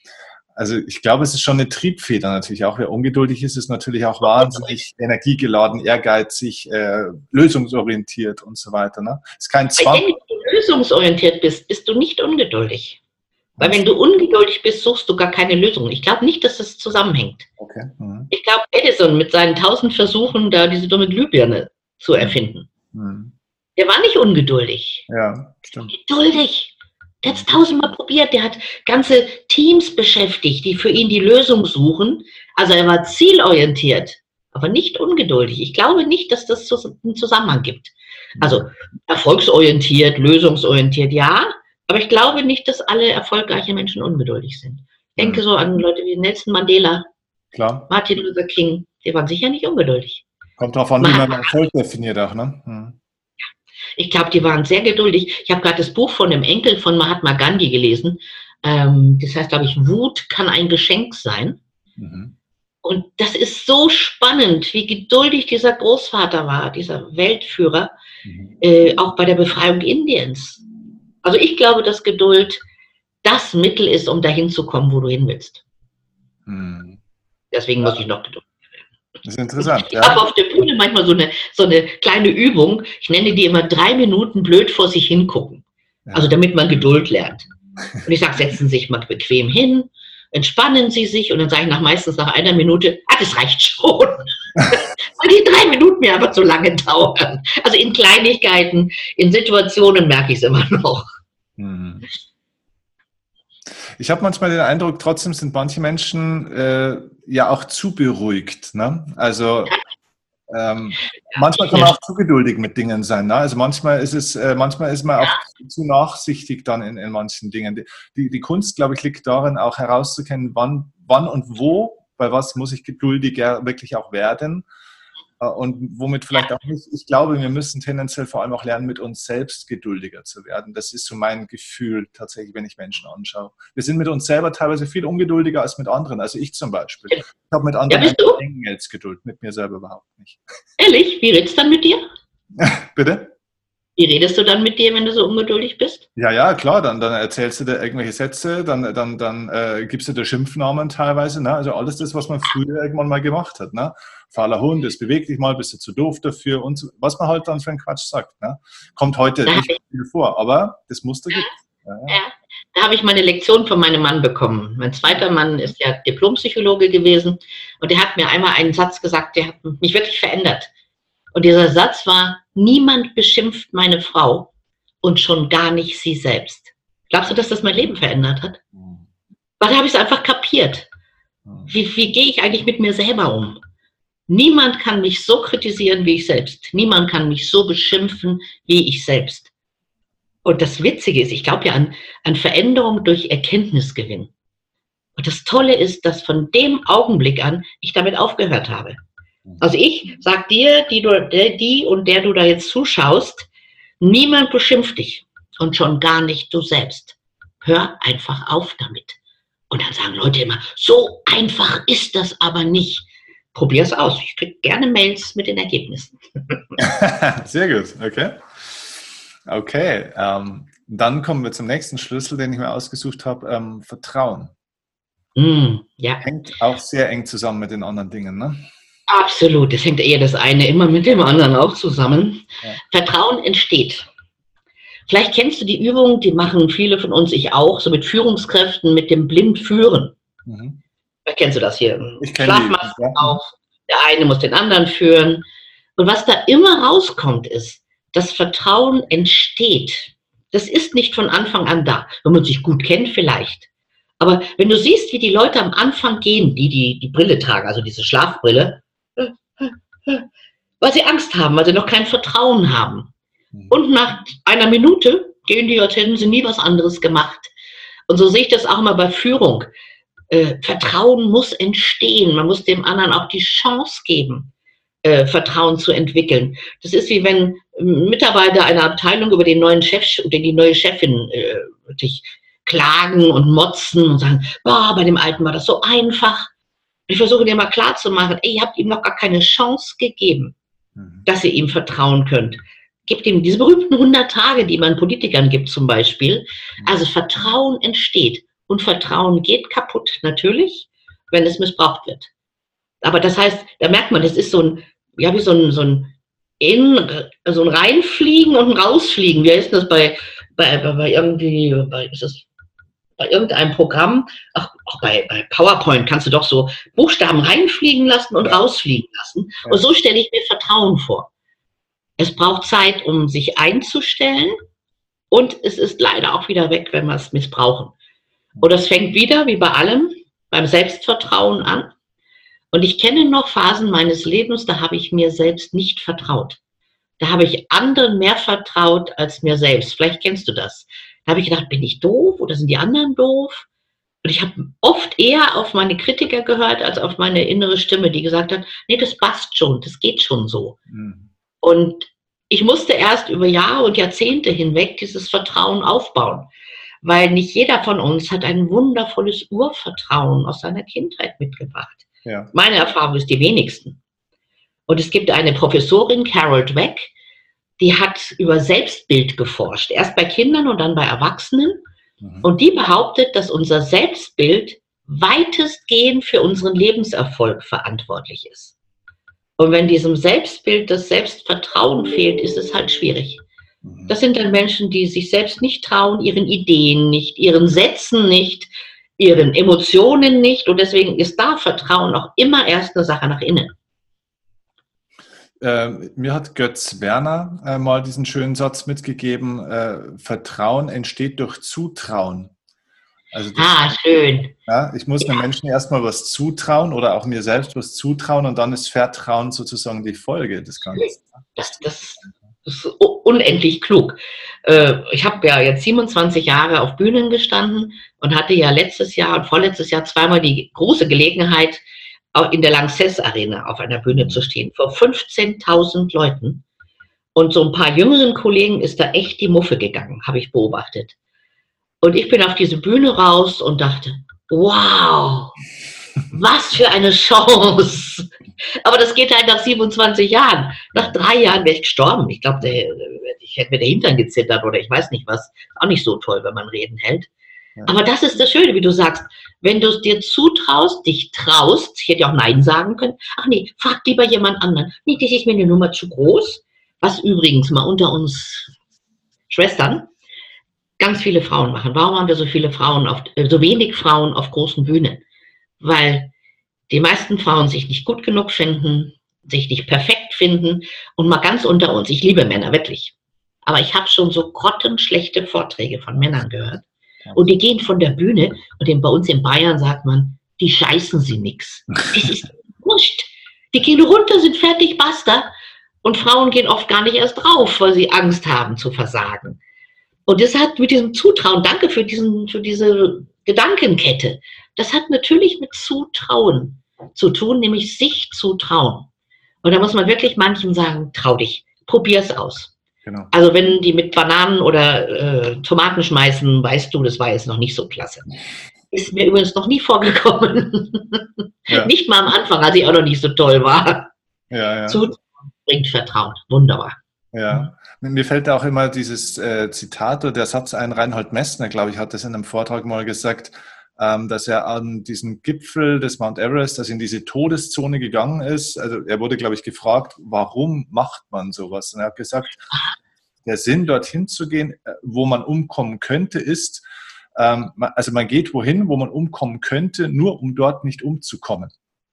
A: Also ich glaube, es ist schon eine Triebfeder natürlich auch. Wer ungeduldig ist, ist natürlich auch wahnsinnig energiegeladen, ehrgeizig, äh, lösungsorientiert und so weiter. Ne? Ist kein Zwang.
B: Wenn du lösungsorientiert bist, bist du nicht ungeduldig. Weil wenn du ungeduldig bist, suchst du gar keine Lösung. Ich glaube nicht, dass das zusammenhängt.
A: Okay. Mhm.
B: Ich glaube, Edison mit seinen tausend Versuchen, da diese dumme Glühbirne zu erfinden, mhm. der war nicht ungeduldig.
A: Ja, stimmt.
B: Geduldig. Der hat es tausendmal probiert, der hat ganze Teams beschäftigt, die für ihn die Lösung suchen. Also er war zielorientiert, aber nicht ungeduldig. Ich glaube nicht, dass das einen Zusammenhang gibt. Also erfolgsorientiert, lösungsorientiert, ja, aber ich glaube nicht, dass alle erfolgreiche Menschen ungeduldig sind. Ich denke so an Leute wie Nelson Mandela,
A: Klar.
B: Martin Luther King, die waren sicher nicht ungeduldig.
A: Kommt drauf an, wie man Erfolg definiert auch, ne? Hm.
B: Ich glaube, die waren sehr geduldig. Ich habe gerade das Buch von dem Enkel von Mahatma Gandhi gelesen. Ähm, das heißt, glaube ich, Wut kann ein Geschenk sein. Mhm. Und das ist so spannend, wie geduldig dieser Großvater war, dieser Weltführer, mhm. äh, auch bei der Befreiung Indiens. Also ich glaube, dass Geduld das Mittel ist, um dahin zu kommen, wo du hin willst. Mhm. Deswegen ja. muss ich noch Geduld.
A: Das ist interessant.
B: Ich
A: ja.
B: habe auf der Bühne manchmal so eine, so eine kleine Übung. Ich nenne die immer drei Minuten blöd vor sich hingucken. Ja. Also damit man Geduld lernt. Und ich sage, setzen Sie sich mal bequem hin, entspannen Sie sich und dann sage ich nach meistens nach einer Minute, ah, das reicht schon. Weil die drei Minuten mir aber zu lange dauern. Also in Kleinigkeiten, in Situationen merke ich es immer noch.
A: Hm. Ich habe manchmal den Eindruck, trotzdem sind manche Menschen äh, ja auch zu beruhigt. Ne? Also ähm, manchmal kann man auch zu geduldig mit Dingen sein. Ne? Also manchmal ist es, äh, manchmal ist man auch zu nachsichtig dann in, in manchen Dingen. Die, die Kunst, glaube ich, liegt darin, auch herauszukennen, wann, wann und wo, bei was muss ich geduldiger wirklich auch werden. und womit vielleicht auch nicht, ich glaube, wir müssen tendenziell vor allem auch lernen, mit uns selbst geduldiger zu werden. Das ist so mein Gefühl tatsächlich, wenn ich Menschen anschaue. Wir sind mit uns selber teilweise viel ungeduldiger als mit anderen. Also ich zum Beispiel. Ich habe mit anderen
B: ja,
A: Engelsgeduld, mit mir selber überhaupt nicht.
B: Ehrlich? Wie redest du dann mit dir?
A: Bitte?
B: Wie redest du dann mit dir, wenn du so ungeduldig bist?
A: Ja, ja, klar, dann, dann erzählst du dir irgendwelche Sätze, dann, dann, dann äh, gibst du dir Schimpfnamen teilweise, ne? Also alles das, was man früher irgendwann mal gemacht hat, ne? Fauler Hund, das bewegt dich mal, bist du zu doof dafür und so, was man halt dann für einen Quatsch sagt, ne? Kommt heute
B: da
A: nicht viel vor, aber das Muster gibt es.
B: Ja, ja. Ja, da habe ich meine Lektion von meinem Mann bekommen. Mein zweiter Mann ist ja Diplompsychologe gewesen und der hat mir einmal einen Satz gesagt, der hat mich wirklich verändert. Und dieser Satz war: Niemand beschimpft meine Frau und schon gar nicht sie selbst. Glaubst du, dass das mein Leben verändert hat? Weil da habe ich es einfach kapiert. Wie, wie gehe ich eigentlich mit mir selber um? Niemand kann mich so kritisieren wie ich selbst. Niemand kann mich so beschimpfen wie ich selbst. Und das Witzige ist, ich glaube ja an, an Veränderung durch Erkenntnisgewinn. Und das Tolle ist, dass von dem Augenblick an ich damit aufgehört habe. Also ich sag dir, die, du, die und der du da jetzt zuschaust, niemand beschimpft dich und schon gar nicht du selbst. Hör einfach auf damit. Und dann sagen Leute immer, so einfach ist das aber nicht. Probier es aus. Ich kriege gerne Mails mit den Ergebnissen.
A: Sehr gut, okay. Okay, ähm, dann kommen wir zum nächsten Schlüssel, den ich mir ausgesucht habe, ähm, Vertrauen.
B: Mm, ja.
A: Hängt auch sehr eng zusammen mit den anderen Dingen, ne?
B: Absolut, es hängt eher das eine immer mit dem anderen auch zusammen. Ja. Vertrauen entsteht. Vielleicht kennst du die Übung, die machen viele von uns, ich auch, so mit Führungskräften, mit dem Blindführen. Mhm. Vielleicht kennst du das hier. Schlafmaske ja. auf, der eine muss den anderen führen. Und was da immer rauskommt, ist, das Vertrauen entsteht. Das ist nicht von Anfang an da. Wenn man sich gut kennt, vielleicht. Aber wenn du siehst, wie die Leute am Anfang gehen, die die, die Brille tragen, also diese Schlafbrille, weil sie Angst haben, weil sie noch kein Vertrauen haben. Und nach einer Minute gehen die, als hätten sie nie was anderes gemacht. Und so sehe ich das auch mal bei Führung. Äh, Vertrauen muss entstehen. Man muss dem anderen auch die Chance geben, äh, Vertrauen zu entwickeln. Das ist wie wenn Mitarbeiter einer Abteilung über den neuen Chef oder die neue Chefin äh, wirklich klagen und motzen und sagen, boah, bei dem Alten war das so einfach. Ich versuche dir mal klarzumachen, ey, ihr habt ihm noch gar keine Chance gegeben, mhm. dass ihr ihm vertrauen könnt. Gebt ihm diese berühmten hundert Tage, die man Politikern gibt zum Beispiel. Mhm. Also Vertrauen entsteht und Vertrauen geht kaputt, natürlich, wenn es missbraucht wird. Aber das heißt, da merkt man, das ist so ein, ja, wie so ein, so ein, in, so ein Reinfliegen und ein Rausfliegen. Wie heißt das bei, bei, bei irgendwie, bei, ist das bei irgendeinem Programm, ach, auch bei, bei PowerPoint kannst du doch so Buchstaben reinfliegen lassen und ja. rausfliegen lassen. Ja. Und so stelle ich mir Vertrauen vor. Es braucht Zeit, um sich einzustellen und es ist leider auch wieder weg, wenn wir es missbrauchen. Und das fängt wieder, wie bei allem, beim Selbstvertrauen an. Und ich kenne noch Phasen meines Lebens, da habe ich mir selbst nicht vertraut. Da habe ich anderen mehr vertraut als mir selbst. Vielleicht kennst du das. Da habe ich gedacht, bin ich doof oder sind die anderen doof? Und ich habe oft eher auf meine Kritiker gehört, als auf meine innere Stimme, die gesagt hat, nee, das passt schon, das geht schon so. Mhm. Und ich musste erst über Jahre und Jahrzehnte hinweg dieses Vertrauen aufbauen, weil nicht jeder von uns hat ein wundervolles Urvertrauen aus seiner Kindheit mitgebracht. Ja. Meine Erfahrung ist die wenigsten. Und es gibt eine Professorin, Carol Dweck, die hat über Selbstbild geforscht, erst bei Kindern und dann bei Erwachsenen. Mhm. Und die behauptet, dass unser Selbstbild weitestgehend für unseren Lebenserfolg verantwortlich ist. Und wenn diesem Selbstbild das Selbstvertrauen fehlt, ist es halt schwierig. Mhm. Das sind dann Menschen, die sich selbst nicht trauen, ihren Ideen nicht, ihren Sätzen nicht, ihren Emotionen nicht. Und deswegen ist da Vertrauen auch immer erst eine Sache nach innen.
A: Äh, mir hat Götz Werner äh, mal diesen schönen Satz mitgegeben, äh, Vertrauen entsteht durch Zutrauen. Also das,
B: ah, schön.
A: Ja, ich muss ja. einem Menschen erstmal was zutrauen oder auch mir selbst was zutrauen und dann ist Vertrauen sozusagen die Folge des Ganzen.
B: Das, das, das ist unendlich klug. Äh, ich habe ja jetzt siebenundzwanzig Jahre auf Bühnen gestanden und hatte ja letztes Jahr und vorletztes Jahr zweimal die große Gelegenheit, auch in der Lanxess Arena auf einer Bühne zu stehen, vor fünfzehntausend Leuten. Und so ein paar jüngeren Kollegen ist da echt die Muffe gegangen, habe ich beobachtet. Und ich bin auf diese Bühne raus und dachte, wow, was für eine Chance. Aber das geht halt nach siebenundzwanzig Jahren. Nach drei Jahren wäre ich gestorben. Ich glaube, ich hätte mir der Hintern gezittert oder ich weiß nicht was. Auch nicht so toll, wenn man Reden hält. Ja. Aber das ist das Schöne, wie du sagst. Wenn du es dir zutraust, dich traust, ich hätte ja auch Nein sagen können. Ach nee, frag lieber jemand anderen. Nee, das ist mir eine Nummer zu groß. Was übrigens mal unter uns Schwestern ganz viele Frauen machen. Warum haben wir so viele Frauen, auf, so wenig Frauen auf großen Bühnen? Weil die meisten Frauen sich nicht gut genug finden, sich nicht perfekt finden und mal ganz unter uns. Ich liebe Männer, wirklich. Aber ich habe schon so grottenschlechte Vorträge von Männern gehört. Und die gehen von der Bühne und bei uns in Bayern sagt man, die scheißen sie nix. Das ist wurscht. Die gehen runter, sind fertig, basta. Und Frauen gehen oft gar nicht erst drauf, weil sie Angst haben zu versagen. Und das hat mit diesem Zutrauen, danke für, diesen, für diese Gedankenkette, das hat natürlich mit Zutrauen zu tun, nämlich sich zu trauen. Und da muss man wirklich manchen sagen, trau dich, probier's aus. Genau. Also wenn die mit Bananen oder äh, Tomaten schmeißen, weißt du, das war jetzt noch nicht so klasse. Ist mir übrigens noch nie vorgekommen. Ja. Nicht mal am Anfang, als ich auch noch nicht so toll war.
A: Ja, ja.
B: Zutrauen bringt Vertrauen. Wunderbar.
A: Ja, mir fällt da auch immer dieses äh, Zitat oder der Satz ein, Reinhold Messner, glaube ich, hat das in einem Vortrag mal gesagt, ähm, dass er an diesen Gipfel des Mount Everest, also in diese Todeszone gegangen ist. Also er wurde, glaube ich, gefragt, warum macht man sowas? Und er hat gesagt, der Sinn, dorthin zu gehen, wo man umkommen könnte, ist, ähm, also man geht wohin, wo man umkommen könnte, nur um dort nicht umzukommen.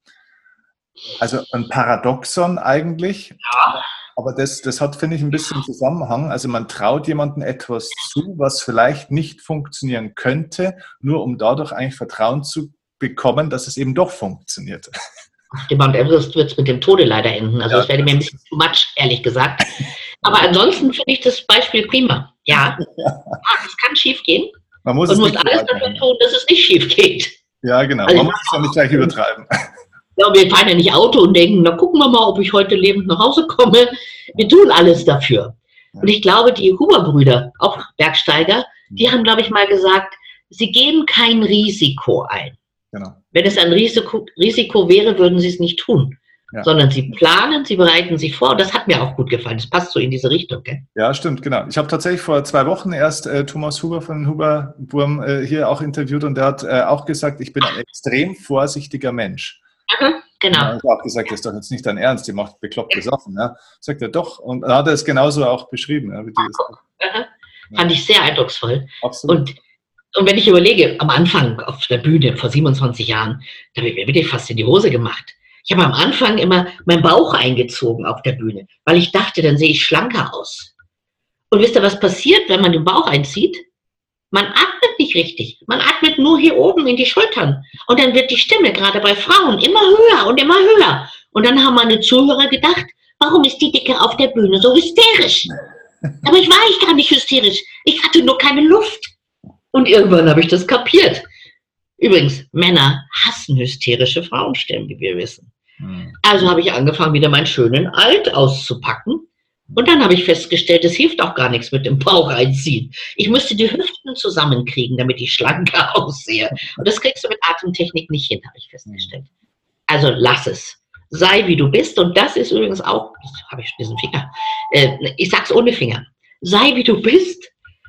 A: Also ein Paradoxon eigentlich.
B: Ja.
A: Aber das, das hat, finde ich, ein bisschen Zusammenhang. Also man traut jemandem etwas zu, was vielleicht nicht funktionieren könnte, nur um dadurch eigentlich Vertrauen zu bekommen, dass es eben doch funktioniert.
B: Auf dem Mount Everest wird es mit dem Tode leider enden. Also ja, das wäre mir ein bisschen too much, ehrlich gesagt. Aber ansonsten finde ich das Beispiel prima. Ja, ja. Es kann schief gehen.
A: Man muss
B: und
A: es
B: muss alles dafür tun, dass es nicht schief geht.
A: Ja, genau.
B: Also
A: man muss es ja nicht gleich übertreiben.
B: Ja, wir fahren ja nicht Auto und denken, na gucken wir mal, ob ich heute lebend nach Hause komme. Wir tun alles dafür. Und ich glaube, die Huber-Brüder, auch Bergsteiger, die haben, glaube ich, mal gesagt, sie gehen kein Risiko ein.
A: Genau.
B: Wenn es ein Risiko, Risiko wäre, würden sie es nicht tun. Ja. Sondern sie planen, sie bereiten sich vor. Und das hat mir auch gut gefallen. Das passt so in diese Richtung. Gell?
A: Ja, stimmt, genau. Ich habe tatsächlich vor zwei Wochen erst äh, Thomas Huber von Huber-Wurm äh, hier auch interviewt und der hat äh, auch gesagt, ich bin ein extrem vorsichtiger Mensch.
B: Mhm, genau.
A: Ja, ich habe auch gesagt, das ist doch jetzt nicht dein Ernst, die macht bekloppte Sachen. Ja. Sagt er doch. Und dann hat er es genauso auch beschrieben. Ja, wie die
B: mhm. ja. Fand ich sehr eindrucksvoll.
A: Absolut.
B: Und, und wenn ich überlege, am Anfang auf der Bühne vor siebenundzwanzig Jahren, da habe ich mir wirklich fast in die Hose gemacht. Ich habe am Anfang immer meinen Bauch eingezogen auf der Bühne, weil ich dachte, dann sehe ich schlanker aus. Und wisst ihr, was passiert, wenn man den Bauch einzieht? Man atmet nicht richtig. Man atmet nur hier oben in die Schultern. Und dann wird die Stimme, gerade bei Frauen, immer höher und immer höher. Und dann haben meine Zuhörer gedacht, warum ist die Dicke auf der Bühne so hysterisch? Aber ich war ich gar nicht hysterisch. Ich hatte nur keine Luft. Und irgendwann habe ich das kapiert. Übrigens, Männer hassen hysterische Frauenstimmen, wie wir wissen. Hm. Also habe ich angefangen, wieder meinen schönen Alt auszupacken. Und dann habe ich festgestellt, es hilft auch gar nichts mit dem Bauch einziehen. Ich müsste die Hüften zusammenkriegen, damit ich schlanker aussehe. Und das kriegst du mit Atemtechnik nicht hin, habe ich festgestellt. Also lass es. Sei wie du bist. Und das ist übrigens auch, habe ich diesen Finger, äh, ich sag's ohne Finger. Sei wie du bist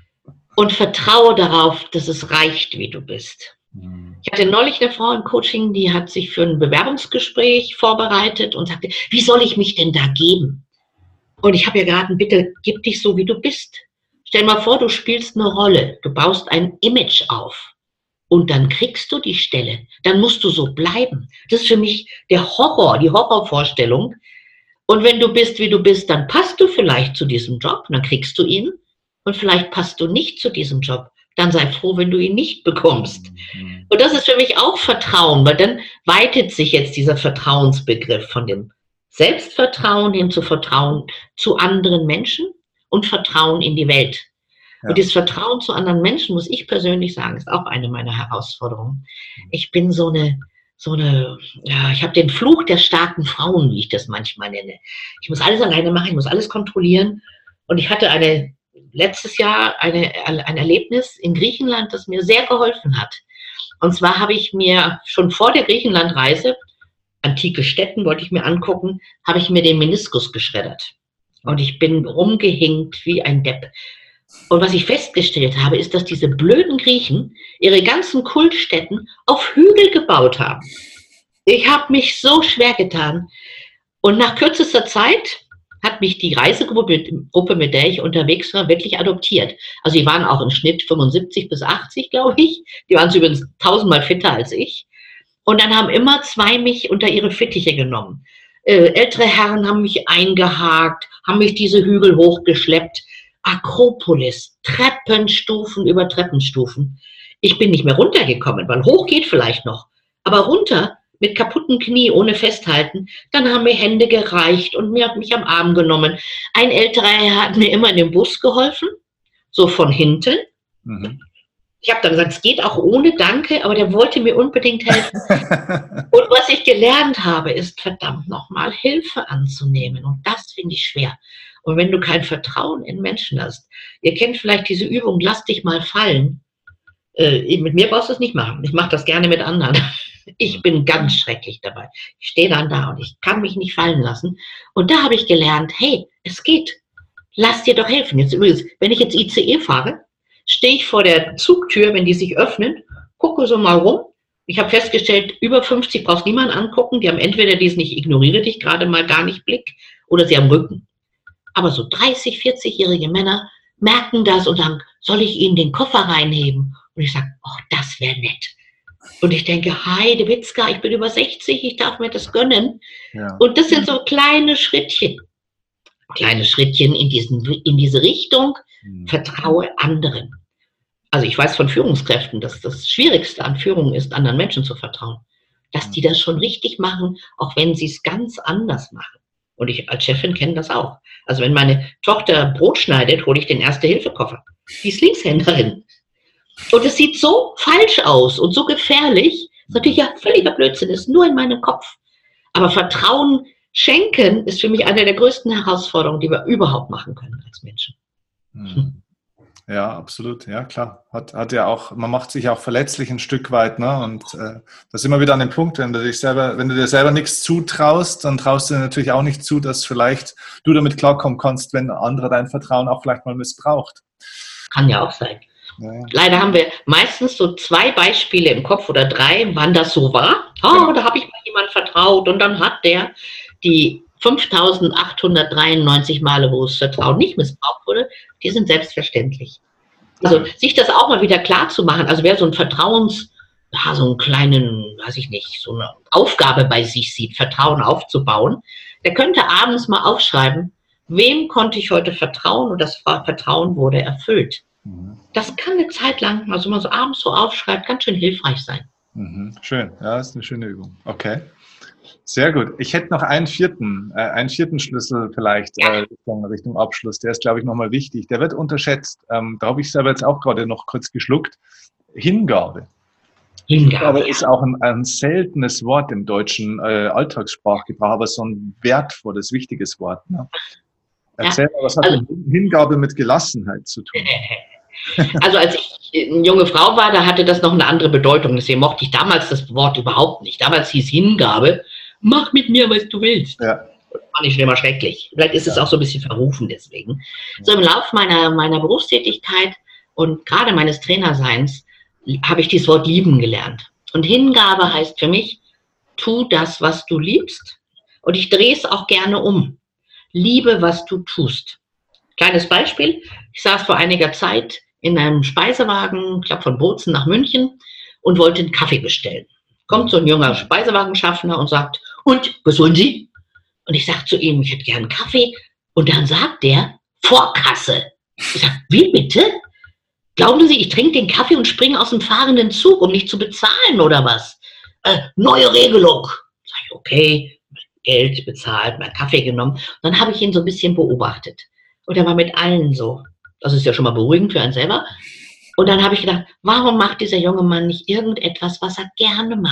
B: und vertraue darauf, dass es reicht, wie du bist. Ich hatte neulich eine Frau im Coaching, die hat sich für ein Bewerbungsgespräch vorbereitet und sagte, wie soll ich mich denn da geben? Und ich habe ihr geraten, bitte gib dich so, wie du bist. Stell mal vor, du spielst eine Rolle, du baust ein Image auf und dann kriegst du die Stelle. Dann musst du so bleiben. Das ist für mich der Horror, die Horrorvorstellung. Und wenn du bist, wie du bist, dann passt du vielleicht zu diesem Job, dann kriegst du ihn. Und vielleicht passt du nicht zu diesem Job. Dann sei froh, wenn du ihn nicht bekommst. Mhm. Und das ist für mich auch Vertrauen, weil dann weitet sich jetzt dieser Vertrauensbegriff von dem Selbstvertrauen hin zu Vertrauen zu anderen Menschen und Vertrauen in die Welt. Ja. Und dieses Vertrauen zu anderen Menschen, muss ich persönlich sagen, ist auch eine meiner Herausforderungen. Ich bin so eine, so eine, ja, ich habe den Fluch der starken Frauen, wie ich das manchmal nenne. Ich muss alles alleine machen, ich muss alles kontrollieren. Und ich hatte eine, letztes Jahr eine, ein Erlebnis in Griechenland, das mir sehr geholfen hat. Und zwar habe ich mir schon vor der Griechenlandreise, antike Städten wollte ich mir angucken, habe ich mir den Meniskus geschreddert. Und ich bin rumgehinkt wie ein Depp. Und was ich festgestellt habe, ist, dass diese blöden Griechen ihre ganzen Kultstätten auf Hügel gebaut haben. Ich habe mich so schwer getan. Und nach kürzester Zeit hat mich die Reisegruppe, mit der ich unterwegs war, wirklich adoptiert. Also die waren auch im Schnitt fünfundsiebzig bis achtzig, glaube ich. Die waren übrigens tausendmal fitter als ich. Und dann haben immer zwei mich unter ihre Fittiche genommen. Äh, ältere Herren haben mich eingehakt, haben mich diese Hügel hochgeschleppt. Akropolis, Treppenstufen über Treppenstufen. Ich bin nicht mehr runtergekommen, weil hoch geht vielleicht noch. Aber runter mit kaputten Knie, ohne Festhalten, dann haben mir Hände gereicht und mir hat mich am Arm genommen. Ein älterer Herr hat mir immer in den Bus geholfen, so von hinten. Mhm. Ich habe dann gesagt, es geht auch ohne Danke, aber der wollte mir unbedingt helfen. Und was ich gelernt habe, ist verdammt nochmal Hilfe anzunehmen. Und das finde ich schwer. Und wenn du kein Vertrauen in Menschen hast, ihr kennt vielleicht diese Übung, lass dich mal fallen. Äh, mit mir brauchst du es nicht machen. Ich mache das gerne mit anderen. Ich bin ganz schrecklich dabei. Ich stehe dann da und ich kann mich nicht fallen lassen. Und da habe ich gelernt, hey, es geht. Lass dir doch helfen. Jetzt übrigens, wenn ich jetzt I C E fahre, stehe ich vor der Zugtür, wenn die sich öffnen, gucke so mal rum. Ich habe festgestellt, über fünfzig brauchst niemanden angucken. Die haben entweder diesen Ich ignoriere dich gerade mal gar nicht Blick oder sie haben Rücken. Aber so dreißig-, vierzig-jährige Männer merken das und sagen, soll ich ihnen den Koffer reinheben? Und ich sage, oh, das wäre nett. Und ich denke, Heide Witzka, ich bin über sechzig, ich darf mir das gönnen. Ja. Und das sind so kleine Schrittchen. Kleine Schrittchen in, diesen, in diese Richtung, mhm. Vertraue anderen. Also ich weiß von Führungskräften, dass das Schwierigste an Führung ist, anderen Menschen zu vertrauen. Dass die das schon richtig machen, auch wenn sie es ganz anders machen. Und ich als Chefin kenne das auch. Also wenn meine Tochter Brot schneidet, hole ich den Erste-Hilfe-Koffer. Die ist Linkshänderin. Und es sieht so falsch aus und so gefährlich. Das ist natürlich ja völliger Blödsinn, ist nur in meinem Kopf. Aber Vertrauen schenken ist für mich eine der größten Herausforderungen, die wir überhaupt machen können als Menschen.
A: Hm. Ja, absolut. Ja, klar. Hat, hat ja auch, man macht sich auch verletzlich ein Stück weit, ne? Und äh, das ist immer wieder an dem Punkt, wenn du dich selber, wenn du dir selber nichts zutraust, dann traust du dir natürlich auch nicht zu, dass vielleicht du damit klarkommen kannst, wenn andere dein Vertrauen auch vielleicht mal missbraucht.
B: Kann ja auch sein. Ja. Leider haben wir meistens so zwei Beispiele im Kopf oder drei, wann das so war. Oh, ja. Da habe ich mal jemand vertraut und dann hat der die fünftausendachthundertdreiundneunzig Male, wo das Vertrauen nicht missbraucht wurde, die sind selbstverständlich. Also ja. Sich das auch mal wieder klar zu machen, also wer so ein Vertrauens, ja, so einen kleinen, weiß ich nicht, so eine Aufgabe bei sich sieht, Vertrauen aufzubauen, der könnte abends mal aufschreiben, wem konnte ich heute vertrauen und das Vertrauen wurde erfüllt. Mhm. Das kann eine Zeit lang, also wenn man so abends so aufschreibt, ganz schön hilfreich sein.
A: Mhm. Schön, ja, das ist eine schöne Übung. Okay. Sehr gut. Ich hätte noch einen vierten, äh, einen vierten Schlüssel vielleicht äh, Richtung, Richtung Abschluss. Der ist, glaube ich, nochmal wichtig. Der wird unterschätzt. Ähm, da habe ich selber jetzt auch gerade noch kurz geschluckt. Hingabe. Hingabe, Hingabe ja. Ist auch ein, ein seltenes Wort im deutschen äh, Alltagssprachgebrauch, aber so ein wertvolles, wichtiges Wort. Ne? Erzähl ja. mal, was hat also, Hingabe mit Gelassenheit zu tun?
B: Also als ich eine junge Frau war, da hatte das noch eine andere Bedeutung. Deswegen mochte ich damals das Wort überhaupt nicht. Damals hieß Hingabe, mach mit mir, was du willst. Ja. Das fand ich schon immer schrecklich. Vielleicht ist ja. es auch so ein bisschen verrufen deswegen. Ja. So im Laufe meiner, meiner Berufstätigkeit und gerade meines Trainerseins habe ich dieses Wort lieben gelernt. Und Hingabe heißt für mich, tu das, was du liebst. Und ich drehe es auch gerne um. Liebe, was du tust. Kleines Beispiel. Ich saß vor einiger Zeit in einem Speisewagen, ich glaube von Bozen nach München und wollte einen Kaffee bestellen. Kommt so ein junger Speisewagenschaffner und sagt, und, was wollen Sie? Und ich sage zu ihm, ich hätte gern einen Kaffee. Und dann sagt der, Vorkasse. Ich sage, wie bitte? Glauben Sie, ich trinke den Kaffee und springe aus dem fahrenden Zug, um nicht zu bezahlen oder was? Äh, neue Regelung. Sag ich, okay, Geld bezahlt, mal Kaffee genommen. Und dann habe ich ihn so ein bisschen beobachtet. Und er war mit allen so. Das ist ja schon mal beruhigend für einen selber. Und dann habe ich gedacht, warum macht dieser junge Mann nicht irgendetwas, was er gerne macht?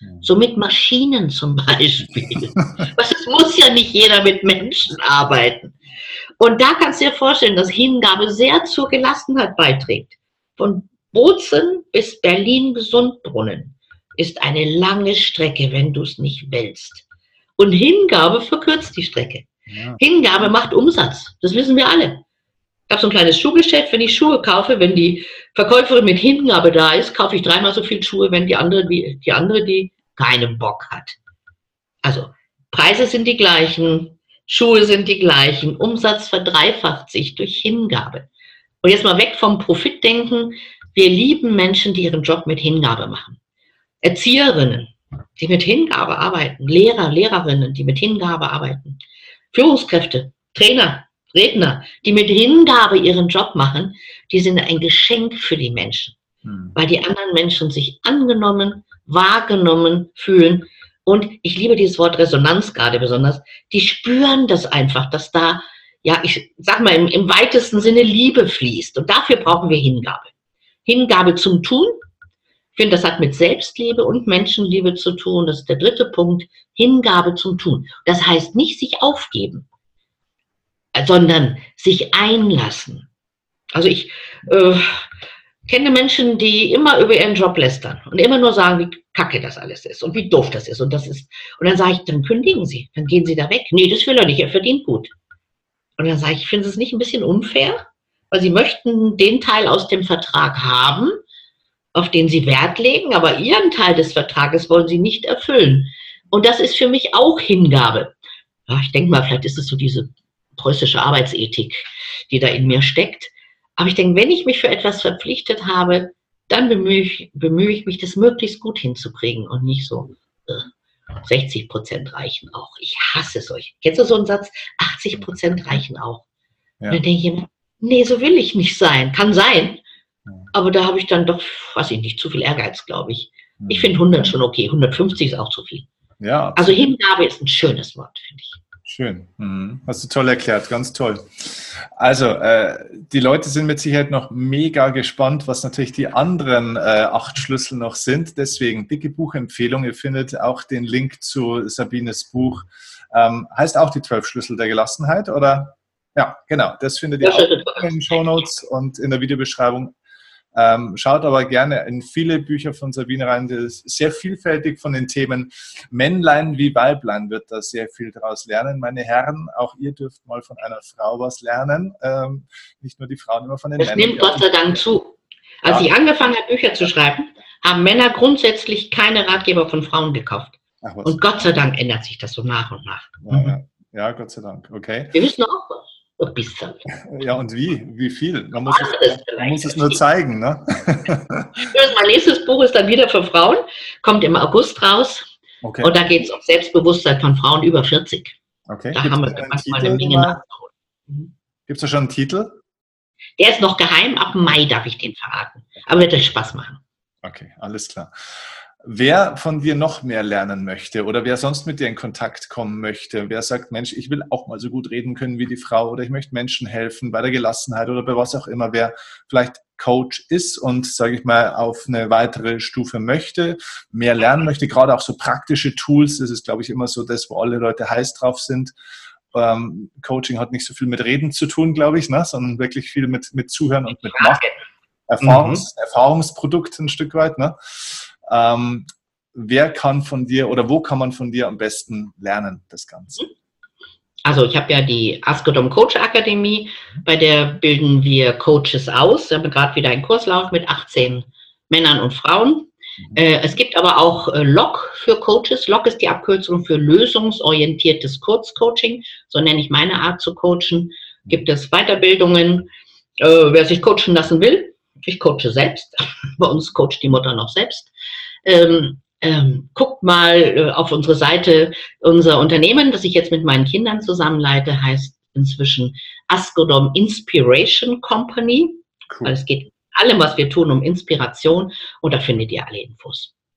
B: So mit Maschinen zum Beispiel. Was, es muss ja nicht jeder mit Menschen arbeiten. Und da kannst du dir vorstellen, dass Hingabe sehr zur Gelassenheit beiträgt. Von Bozen bis Berlin-Gesundbrunnen ist eine lange Strecke, wenn du es nicht willst. Und Hingabe verkürzt die Strecke. Ja. Hingabe macht Umsatz, das wissen wir alle. Ich habe so ein kleines Schuhgeschäft, wenn ich Schuhe kaufe, wenn die Verkäuferin mit Hingabe da ist, kaufe ich dreimal so viel Schuhe, wenn die andere, die, die andere, die keinen Bock hat. Also Preise sind die gleichen, Schuhe sind die gleichen, Umsatz verdreifacht sich durch Hingabe. Und jetzt mal weg vom Profitdenken. Wir lieben Menschen, die ihren Job mit Hingabe machen. Erzieherinnen, die mit Hingabe arbeiten, Lehrer, Lehrerinnen, die mit Hingabe arbeiten, Führungskräfte, Trainer, Redner, die mit Hingabe ihren Job machen, die sind ein Geschenk für die Menschen, hm. weil die anderen Menschen sich angenommen, wahrgenommen fühlen. Und ich liebe dieses Wort Resonanz gerade besonders, die spüren das einfach, dass da, ja, ich sag mal, im, im weitesten Sinne Liebe fließt. Und dafür brauchen wir Hingabe. Hingabe zum Tun. Ich finde, das hat mit Selbstliebe und Menschenliebe zu tun. Das ist der dritte Punkt. Hingabe zum Tun. Das heißt nicht sich aufgeben, sondern sich einlassen. Also ich äh, kenne Menschen, die immer über ihren Job lästern und immer nur sagen, wie kacke das alles ist und wie doof das ist. Und das ist. Und dann sage ich, dann kündigen Sie, dann gehen Sie da weg. Nee, das will er nicht, er verdient gut. Und dann sage ich, ich finde es nicht ein bisschen unfair, weil Sie möchten den Teil aus dem Vertrag haben, auf den Sie Wert legen, aber Ihren Teil des Vertrages wollen Sie nicht erfüllen. Und das ist für mich auch Hingabe. Ja, ich denke mal, vielleicht ist es so diese preußische Arbeitsethik, die da in mir steckt. Aber ich denke, wenn ich mich für etwas verpflichtet habe, dann bemühe ich, bemühe ich mich, das möglichst gut hinzukriegen und nicht so, äh, sechzig Prozent reichen auch. Ich hasse solche. Kennst du so einen Satz? achtzig Prozent reichen auch. Ja. Und dann denke ich immer, nee, so will ich nicht sein. Kann sein, aber da habe ich dann doch, weiß ich nicht, zu viel Ehrgeiz, glaube ich. Ich finde hundert schon okay, hundertfünfzig ist auch zu viel.
A: Ja,
B: also Hingabe ist ein schönes Wort, finde ich.
A: Schön. Mhm. Hast du toll erklärt, ganz toll. Also, äh, die Leute sind mit Sicherheit noch mega gespannt, was natürlich die anderen äh, acht Schlüssel noch sind. Deswegen dicke Buchempfehlung. Ihr findet auch den Link zu Sabines Buch. Ähm, heißt auch die zwölf Schlüssel der Gelassenheit, oder? Ja, genau. Das findet ihr auch in den Shownotes und in der Videobeschreibung. Ähm, schaut aber gerne in viele Bücher von Sabine rein. Das ist sehr vielfältig von den Themen. Männlein wie Weiblein wird da sehr viel daraus lernen. Meine Herren, auch ihr dürft mal von einer Frau was lernen. Ähm, nicht nur die Frauen, immer von den
B: es
A: Männern. Es
B: nimmt Gott sei Dank zu. Als ja. ich angefangen habe, Bücher zu schreiben, haben Männer grundsätzlich keine Ratgeber von Frauen gekauft. Ach, und Gott sei Dank ändert sich das so nach und nach.
A: Ja, mhm. ja. ja Gott sei Dank. Okay.
B: Wir wissen auch was. Ein bisschen.
A: Ja, und wie? Wie viel? Man muss, es, man muss es nur zeigen, ne?
B: Mein nächstes Buch ist dann wieder für Frauen, kommt im August raus. Okay. Und da geht es um Selbstbewusstsein von Frauen über vierzig.
A: Okay.
B: Da
A: Gibt's
B: haben wir manchmal eine Menge nachgeholt.
A: Mhm. Gibt es da schon einen Titel?
B: Der ist noch geheim, ab Mai darf ich den verraten. Aber wird euch Spaß machen.
A: Okay, alles klar. Wer von dir noch mehr lernen möchte oder wer sonst mit dir in Kontakt kommen möchte, wer sagt, Mensch, ich will auch mal so gut reden können wie die Frau oder ich möchte Menschen helfen bei der Gelassenheit oder bei was auch immer, wer vielleicht Coach ist und, sage ich mal, auf eine weitere Stufe möchte, mehr lernen möchte, gerade auch so praktische Tools, das ist, glaube ich, immer so das, wo alle Leute heiß drauf sind. Ähm, Coaching hat nicht so viel mit Reden zu tun, glaube ich, ne, sondern wirklich viel mit, mit Zuhören und mit Machen. Erfahrungs, mhm. Erfahrungsprodukt ein Stück weit, ne? Ähm, wer kann von dir oder wo kann man von dir am besten lernen, das Ganze?
B: Also ich habe ja die Askodom Coach Akademie, bei der bilden wir Coaches aus. Wir haben gerade wieder einen Kurslauf mit achtzehn Männern und Frauen. Mhm. Äh, es gibt aber auch äh, L O C für Coaches. L O C ist die Abkürzung für lösungsorientiertes Kurzcoaching. So nenne ich meine Art zu coachen. Gibt es Weiterbildungen, äh, wer sich coachen lassen will. Ich coache selbst. Bei uns coacht die Mutter noch selbst. Ähm, ähm, guckt mal äh, auf unsere Seite. Unser Unternehmen, das ich jetzt mit meinen Kindern zusammenleite, heißt inzwischen Askodom Inspiration Company. Cool. Also es geht allem, was wir tun, um Inspiration. Und da findet ihr alle Infos.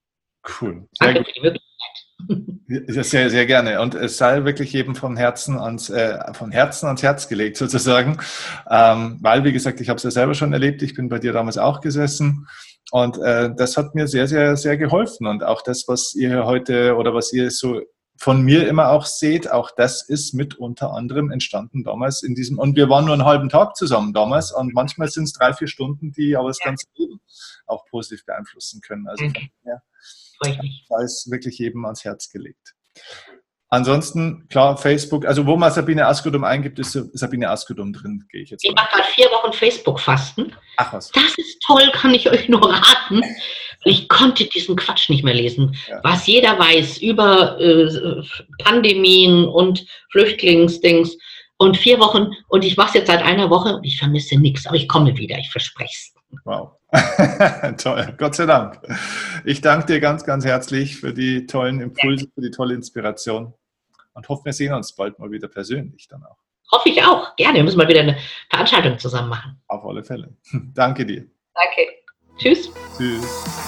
A: Cool. Sehr
B: Danke
A: gut.
B: für die Möglichkeit.
A: Sehr, sehr gerne. Und es sei wirklich jedem vom Herzen ans, äh, von Herzen ans Herz gelegt sozusagen. Ähm, weil, wie gesagt, ich habe es ja selber schon erlebt. Ich bin bei dir damals auch gesessen. Und äh, das hat mir sehr, sehr, sehr geholfen. Und auch das, was ihr heute oder was ihr so von mir immer auch seht, auch das ist mit unter anderem entstanden damals in diesem, und wir waren nur einen halben Tag zusammen damals und manchmal sind es drei, vier Stunden, die aber das ganze Leben auch positiv beeinflussen können. Also
B: Danke.
A: ja,
B: Freue ich mich.
A: da ist wirklich jedem ans Herz gelegt. Ansonsten, klar, Facebook, also wo man Sabine Askodum eingibt, ist Sabine Askodum drin, gehe ich jetzt
B: Ich
A: mal.
B: mache gerade vier Wochen Facebook-Fasten.
A: Ach was.
B: Das ist toll, kann ich euch nur raten. Ich konnte diesen Quatsch nicht mehr lesen.
A: Ja.
B: Was jeder weiß über äh, Pandemien und Flüchtlingsdings und vier Wochen. Und ich mache es jetzt seit einer Woche und ich vermisse nichts. Aber ich komme wieder, ich verspreche es.
A: Wow. Toll, Gott sei Dank. Ich danke dir ganz, ganz herzlich für die tollen Impulse, für die tolle Inspiration und hoffe, wir sehen uns bald mal wieder persönlich dann auch.
B: Hoffe ich auch. Gerne. Wir müssen mal wieder eine Veranstaltung zusammen machen.
A: Auf alle Fälle. Danke dir.
B: Danke. Tschüss.
A: Tschüss.